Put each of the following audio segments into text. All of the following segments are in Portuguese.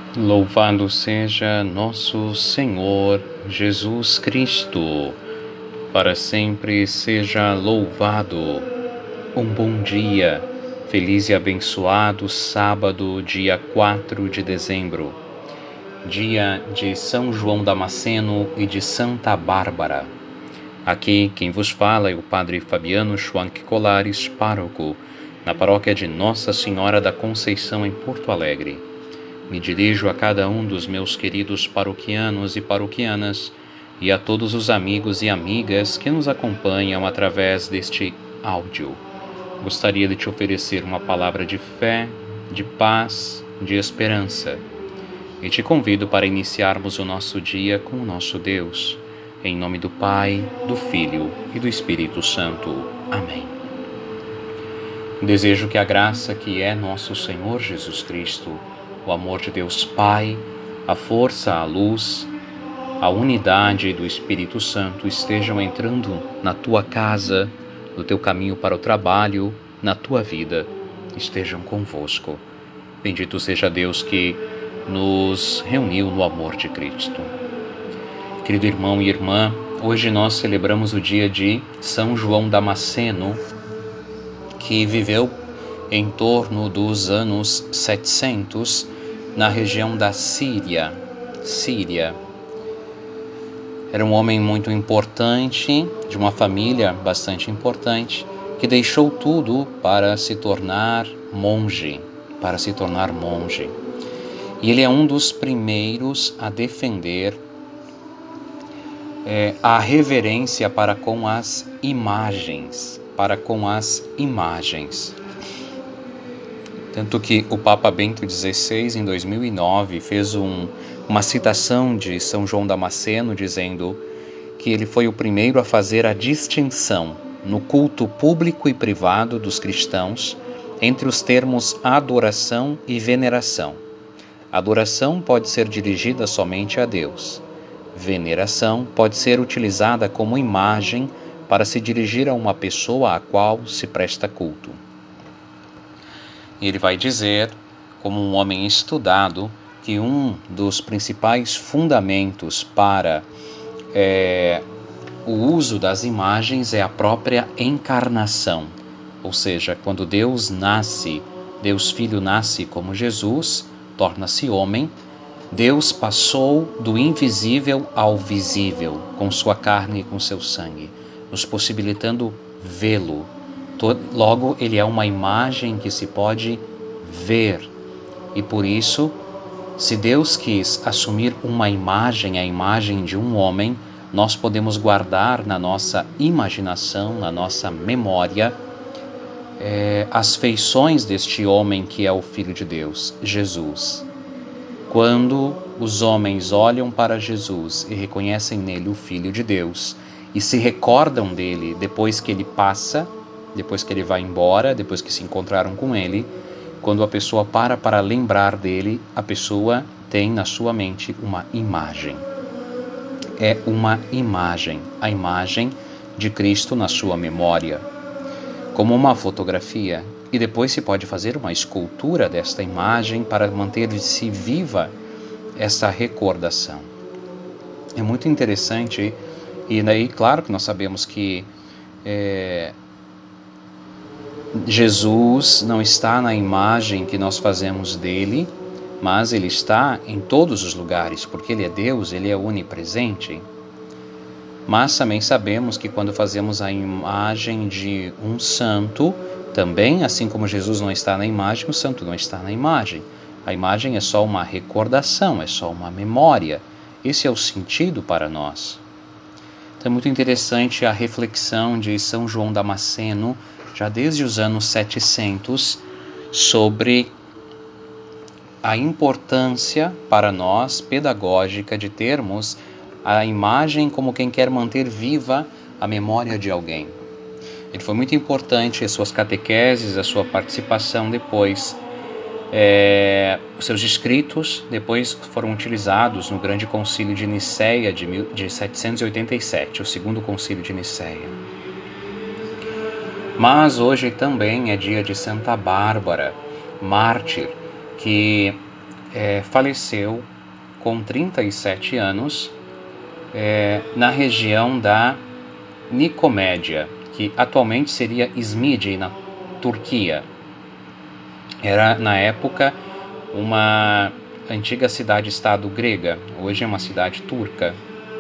Louvado seja nosso Senhor Jesus Cristo, para sempre seja louvado. Um bom dia, feliz e abençoado sábado, dia 4 de dezembro, dia de São João Damasceno e de Santa Bárbara. Aqui quem vos fala é o Padre Fabiano Schwanck Colares, pároco, na paróquia de Nossa Senhora da Conceição, em Porto Alegre. Me dirijo a cada um dos meus queridos paroquianos e paroquianas e a todos os amigos e amigas que nos acompanham através deste áudio. Gostaria de te oferecer uma palavra de fé, de paz, de esperança. E te convido para iniciarmos o nosso dia com o nosso Deus. Em nome do Pai, do Filho e do Espírito Santo. Amém. Desejo que a graça que é nosso Senhor Jesus Cristo, o amor de Deus Pai, a força, a luz, a unidade do Espírito Santo estejam entrando na tua casa, no teu caminho para o trabalho, na tua vida, estejam convosco. Bendito seja Deus que nos reuniu no amor de Cristo. Querido irmão e irmã, hoje nós celebramos o dia de São João Damasceno, que viveu em torno dos anos 700 na região da Síria. Era um homem muito importante, de uma família bastante importante, que deixou tudo para se tornar monge. E ele é um dos primeiros a defender a reverência para com as imagens. Tanto que o Papa Bento XVI, em 2009, fez uma citação de São João Damasceno, dizendo que ele foi o primeiro a fazer a distinção no culto público e privado dos cristãos entre os termos adoração e veneração. Adoração pode ser dirigida somente a Deus. Veneração pode ser utilizada como imagem para se dirigir a uma pessoa à qual se presta culto. E ele vai dizer, como um homem estudado, que um dos principais fundamentos para o uso das imagens é a própria encarnação. Ou seja, quando Deus Filho nasce como Jesus, torna-se homem, Deus passou do invisível ao visível, com sua carne e com seu sangue, nos possibilitando vê-lo. Logo, ele é uma imagem que se pode ver. E por isso, se Deus quis assumir uma imagem, a imagem de um homem, nós podemos guardar na nossa imaginação, na nossa memória, as feições deste homem que é o Filho de Deus, Jesus. Quando os homens olham para Jesus e reconhecem nele o Filho de Deus e se recordam dele depois que ele passa, depois que ele vai embora, depois que se encontraram com ele, quando a pessoa para lembrar dele, a pessoa tem na sua mente uma imagem. É uma imagem, a imagem de Cristo na sua memória, como uma fotografia. E depois se pode fazer uma escultura desta imagem para manter-se viva essa recordação. É muito interessante, e daí claro que nós sabemos que Jesus não está na imagem que nós fazemos dele, mas ele está em todos os lugares, porque ele é Deus, ele é onipresente. Mas também sabemos que quando fazemos a imagem de um santo, também, assim como Jesus não está na imagem, o santo não está na imagem. A imagem é só uma recordação, é só uma memória. Esse é o sentido para nós. Então é muito interessante a reflexão de São João Damasceno, já desde os anos 700, sobre a importância para nós, pedagógica, de termos a imagem como quem quer manter viva a memória de alguém. Ele foi muito importante as suas catequeses, a sua participação depois. Os seus escritos depois foram utilizados no Grande Concílio de Nicéia de 787, o Segundo Concílio de Nicéia. Mas hoje também é dia de Santa Bárbara, mártir, que faleceu com 37 anos na região da Nicomédia, que atualmente seria Izmir, na Turquia. Era, na época, uma antiga cidade-estado grega, hoje é uma cidade turca.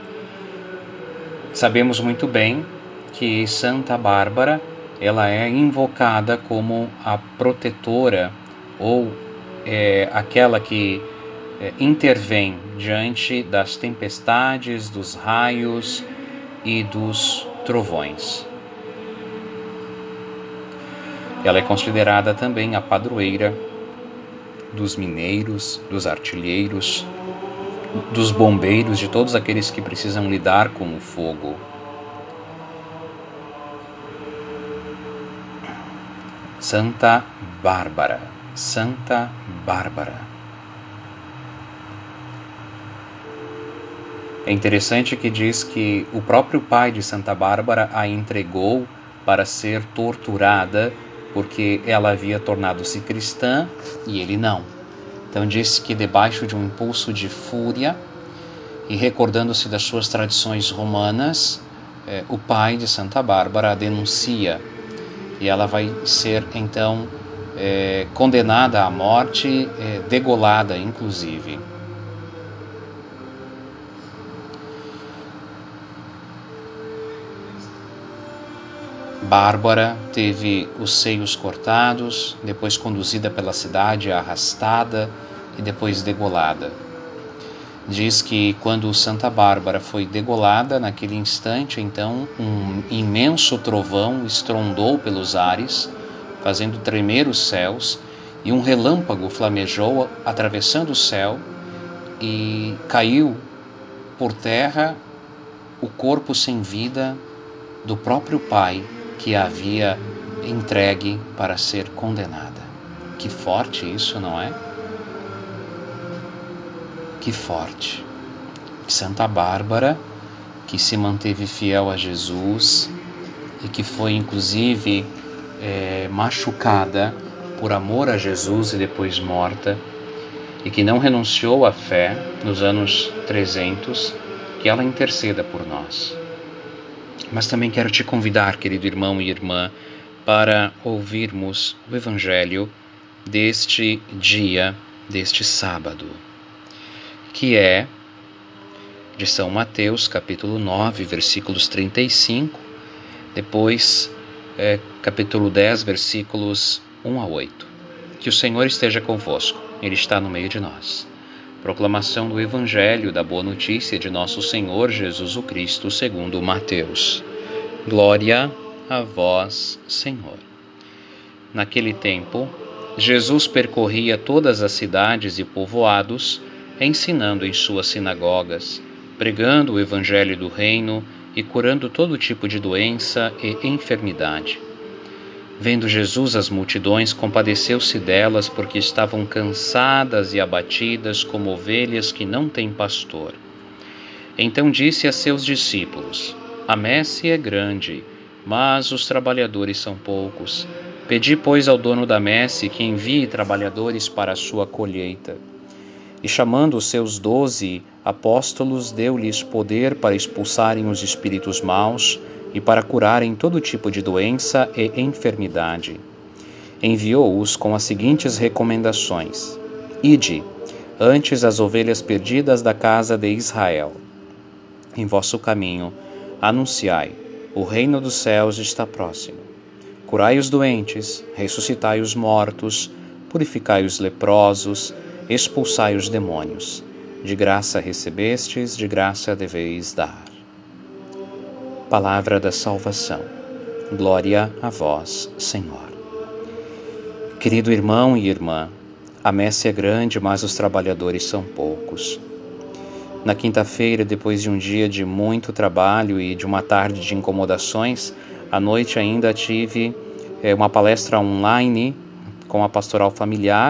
Sabemos muito bem que Santa Bárbara ela é invocada como a protetora ou aquela que intervém diante das tempestades, dos raios e dos trovões. Ela é considerada também a padroeira dos mineiros, dos artilheiros, dos bombeiros, de todos aqueles que precisam lidar com o fogo. Santa Bárbara, Santa Bárbara. É interessante que diz que o próprio pai de Santa Bárbara a entregou para ser torturada porque ela havia tornado-se cristã e ele não. Então disse que debaixo de um impulso de fúria e recordando-se das suas tradições romanas, o pai de Santa Bárbara a denuncia e ela vai ser então condenada à morte, degolada inclusive. Bárbara teve os seios cortados, depois conduzida pela cidade, arrastada e depois degolada. Diz que quando Santa Bárbara foi degolada, naquele instante, então, um imenso trovão estrondou pelos ares, fazendo tremer os céus, e um relâmpago flamejou, atravessando o céu, e caiu por terra o corpo sem vida do próprio pai, que a havia entregue para ser condenada. Que forte isso, não é? Que forte. Santa Bárbara, que se manteve fiel a Jesus e que foi inclusive machucada por amor a Jesus e depois morta, e que não renunciou à fé nos anos 300, que ela interceda por nós. Mas também quero te convidar, querido irmão e irmã, para ouvirmos o Evangelho deste dia, deste sábado, que é de São Mateus, capítulo 9, versículos 35, depois capítulo 10, versículos 1 a 8. Que o Senhor esteja convosco, Ele está no meio de nós. Proclamação do Evangelho da Boa Notícia de nosso Senhor Jesus o Cristo, segundo Mateus. Glória a vós, Senhor. Naquele tempo, Jesus percorria todas as cidades e povoados, ensinando em suas sinagogas, pregando o Evangelho do Reino e curando todo tipo de doença e enfermidade. Vendo Jesus as multidões, compadeceu-se delas, porque estavam cansadas e abatidas como ovelhas que não têm pastor. Então disse a seus discípulos: A messe é grande, mas os trabalhadores são poucos. Pedi, pois, ao dono da messe que envie trabalhadores para a sua colheita. E chamando os seus 12 apóstolos, deu-lhes poder para expulsarem os espíritos maus e para curarem todo tipo de doença e enfermidade. Enviou-os com as seguintes recomendações: Ide, antes as ovelhas perdidas da casa de Israel. Em vosso caminho, anunciai: o reino dos céus está próximo. Curai os doentes, ressuscitai os mortos, purificai os leprosos, expulsai os demônios. De graça recebestes, de graça deveis dar. Palavra da salvação. Glória a vós, Senhor. Querido irmão e irmã, a messe é grande, mas os trabalhadores são poucos. Na quinta-feira, depois de um dia de muito trabalho e de uma tarde de incomodações, à noite ainda tive uma palestra online com a pastoral familiar,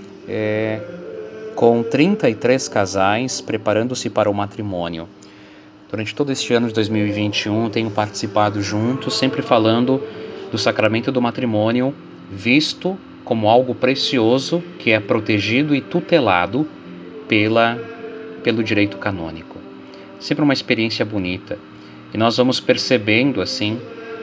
com 33 casais preparando-se para o matrimônio. Durante todo este ano de 2021, tenho participado junto, sempre falando do sacramento do matrimônio, visto como algo precioso que é protegido e tutelado pelo direito canônico. Sempre uma experiência bonita. E nós vamos percebendo assim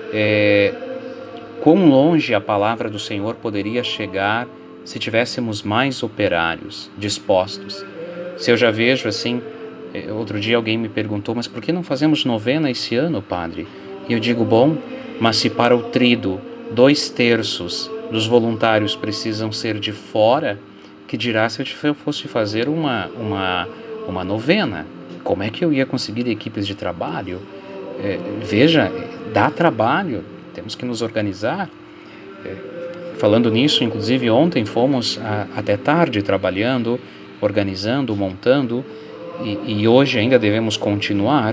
quão longe a palavra do Senhor poderia chegar se tivéssemos mais operários dispostos. Se eu já vejo assim, outro dia alguém me perguntou, mas por que não fazemos novena esse ano, padre? E eu digo, bom, mas se para o tríduo 2/3 dos voluntários precisam ser de fora, que dirá se eu fosse fazer uma novena? Como é que eu ia conseguir equipes de trabalho? Veja, dá trabalho, temos que nos organizar. Falando nisso, inclusive ontem fomos até tarde trabalhando, organizando, montando, e hoje ainda devemos continuar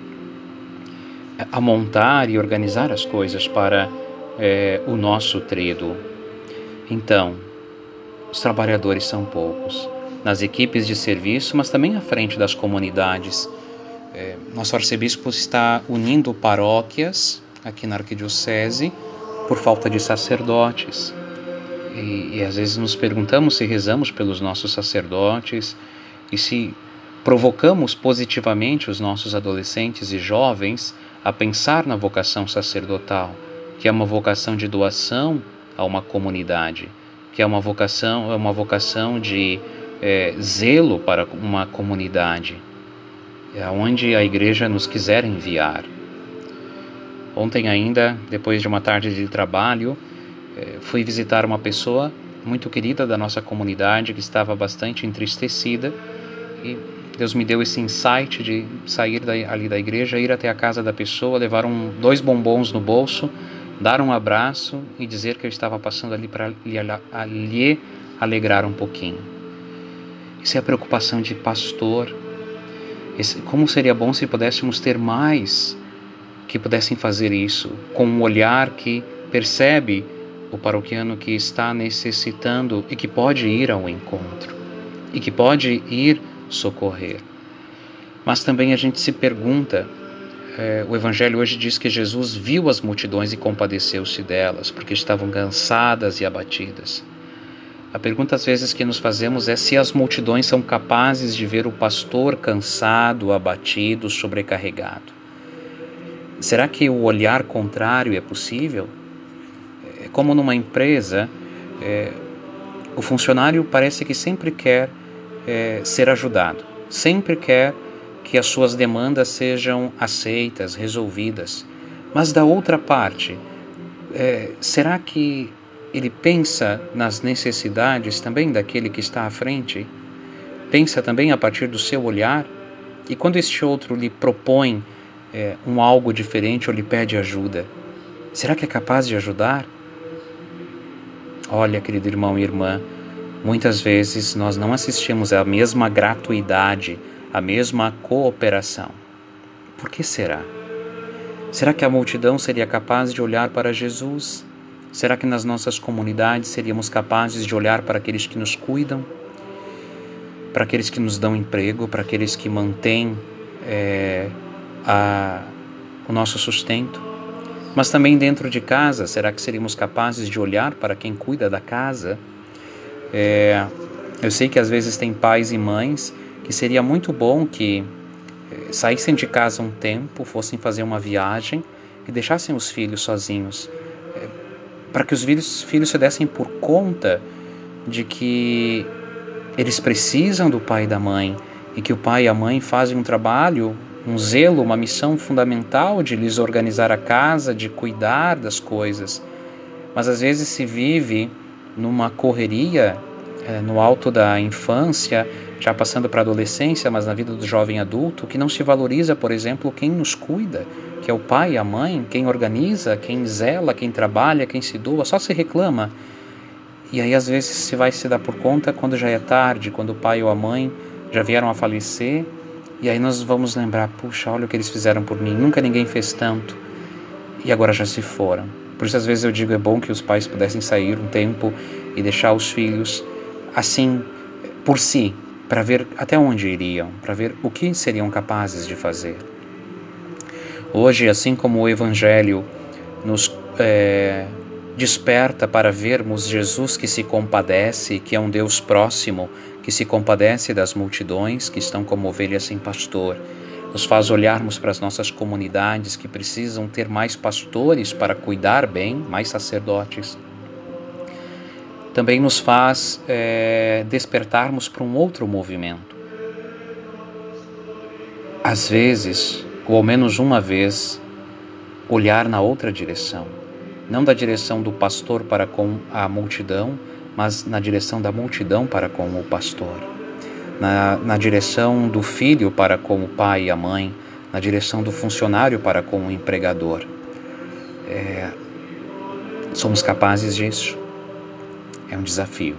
a montar e organizar as coisas para o nosso tríduo. Então, os trabalhadores são poucos, nas equipes de serviço, mas também à frente das comunidades. Nosso arcebispo está unindo paróquias aqui na arquidiocese por falta de sacerdotes. E às vezes nos perguntamos se rezamos pelos nossos sacerdotes e se provocamos positivamente os nossos adolescentes e jovens a pensar na vocação sacerdotal, que é uma vocação de doação a uma comunidade, que é uma vocação de zelo para uma comunidade, aonde a Igreja nos quiser enviar. Ontem ainda, depois de uma tarde de trabalho, fui visitar uma pessoa muito querida da nossa comunidade que estava bastante entristecida, e Deus me deu esse insight de sair ali da igreja, ir até a casa da pessoa, levar 2 bombons no bolso, dar um abraço e dizer que eu estava passando ali para lhe alegrar um pouquinho. Isso é a preocupação de pastor. Como seria bom se pudéssemos ter mais que pudessem fazer isso, com um olhar que percebe o paroquiano que está necessitando e que pode ir ao encontro, e que pode ir socorrer. Mas também a gente se pergunta, o Evangelho hoje diz que Jesus viu as multidões e compadeceu-se delas, porque estavam cansadas e abatidas. A pergunta às vezes que nos fazemos é se as multidões são capazes de ver o pastor cansado, abatido, sobrecarregado. Será que o olhar contrário é possível? Como numa empresa, o funcionário parece que sempre quer ser ajudado, sempre quer que as suas demandas sejam aceitas, resolvidas. Mas da outra parte, será que ele pensa nas necessidades também daquele que está à frente? Pensa também a partir do seu olhar? E quando este outro lhe propõe algo diferente ou lhe pede ajuda, será que é capaz de ajudar? Olha, querido irmão e irmã, muitas vezes nós não assistimos à mesma gratuidade, à mesma cooperação. Por que será? Será que a multidão seria capaz de olhar para Jesus? Será que nas nossas comunidades seríamos capazes de olhar para aqueles que nos cuidam, para aqueles que nos dão emprego, para aqueles que mantêm o nosso sustento? Mas também dentro de casa, será que seríamos capazes de olhar para quem cuida da casa? Eu sei que às vezes tem pais e mães que seria muito bom que saíssem de casa um tempo, fossem fazer uma viagem e deixassem os filhos sozinhos, para que os filhos se dessem por conta de que eles precisam do pai e da mãe, e que o pai e a mãe fazem um trabalho, um zelo, uma missão fundamental de lhes organizar a casa, de cuidar das coisas. Mas às vezes se vive numa correria no alto da infância, já passando para a adolescência, mas na vida do jovem adulto, que não se valoriza, por exemplo, quem nos cuida, que é o pai e a mãe, quem organiza, quem zela, quem trabalha, quem se doa, só se reclama. E aí às vezes se vai se dar por conta quando já é tarde, quando o pai ou a mãe já vieram a falecer, e aí nós vamos lembrar, puxa, olha o que eles fizeram por mim, nunca ninguém fez tanto, e agora já se foram. Por isso às vezes eu digo, é bom que os pais pudessem sair um tempo e deixar os filhos assim, por si, para ver até onde iriam, para ver o que seriam capazes de fazer. Hoje, assim como o Evangelho nos Desperta para vermos Jesus que se compadece, que é um Deus próximo, que se compadece das multidões que estão como ovelhas sem pastor. Nos faz olharmos para as nossas comunidades que precisam ter mais pastores para cuidar bem, mais sacerdotes. Também nos faz despertarmos para um outro movimento. Às vezes, ou ao menos uma vez, olhar na outra direção. Não da direção do pastor para com a multidão, mas na direção da multidão para com o pastor. Na direção do filho para com o pai e a mãe, na direção do funcionário para com o empregador. Somos capazes disso? É um desafio.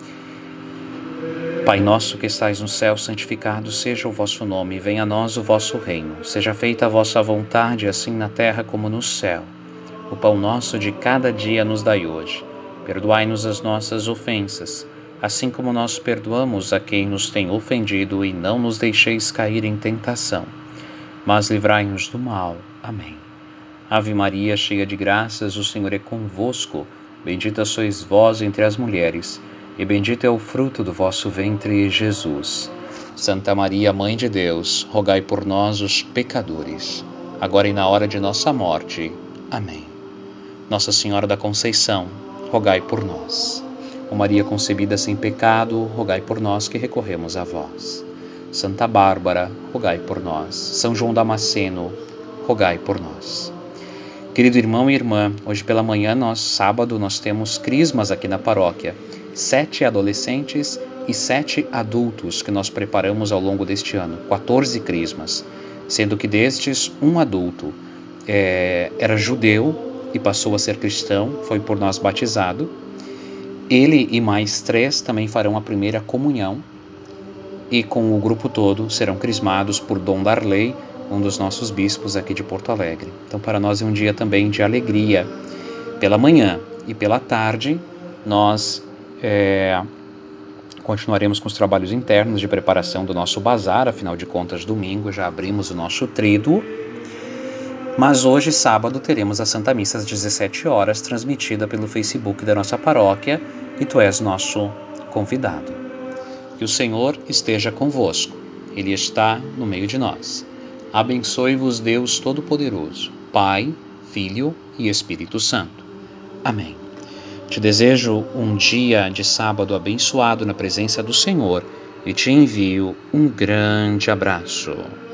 Pai nosso que estais no céu, santificado seja o vosso nome, venha a nós o vosso reino. Seja feita a vossa vontade, assim na terra como no céu. O pão nosso de cada dia nos dai hoje. Perdoai-nos as nossas ofensas, assim como nós perdoamos a quem nos tem ofendido, e não nos deixeis cair em tentação, mas livrai-nos do mal. Amém. Ave Maria, cheia de graças, o Senhor é convosco. Bendita sois vós entre as mulheres, e bendito é o fruto do vosso ventre, Jesus. Santa Maria, Mãe de Deus, rogai por nós, os pecadores, agora e na hora de nossa morte. Amém. Nossa Senhora da Conceição, rogai por nós. Ó Maria concebida sem pecado, rogai por nós que recorremos a vós. Santa Bárbara, rogai por nós. São João Damasceno, rogai por nós. Querido irmão e irmã, hoje pela manhã, sábado, nós temos crismas aqui na paróquia. 7 adolescentes e 7 adultos que nós preparamos ao longo deste ano. 14 crismas, sendo que destes, um adulto era judeu e passou a ser cristão, foi por nós batizado. Ele e mais 3 também farão a primeira comunhão e com o grupo todo serão crismados por Dom Darley, um dos nossos bispos aqui de Porto Alegre. Então para nós é um dia também de alegria. Pela manhã e pela tarde nós continuaremos com os trabalhos internos de preparação do nosso bazar, afinal de contas domingo já abrimos o nosso tríduo. Mas hoje, sábado, teremos a Santa Missa às 17 horas, transmitida pelo Facebook da nossa paróquia, e tu és nosso convidado. Que o Senhor esteja convosco, Ele está no meio de nós. Abençoe-vos Deus Todo-Poderoso, Pai, Filho e Espírito Santo. Amém. Te desejo um dia de sábado abençoado na presença do Senhor e te envio um grande abraço.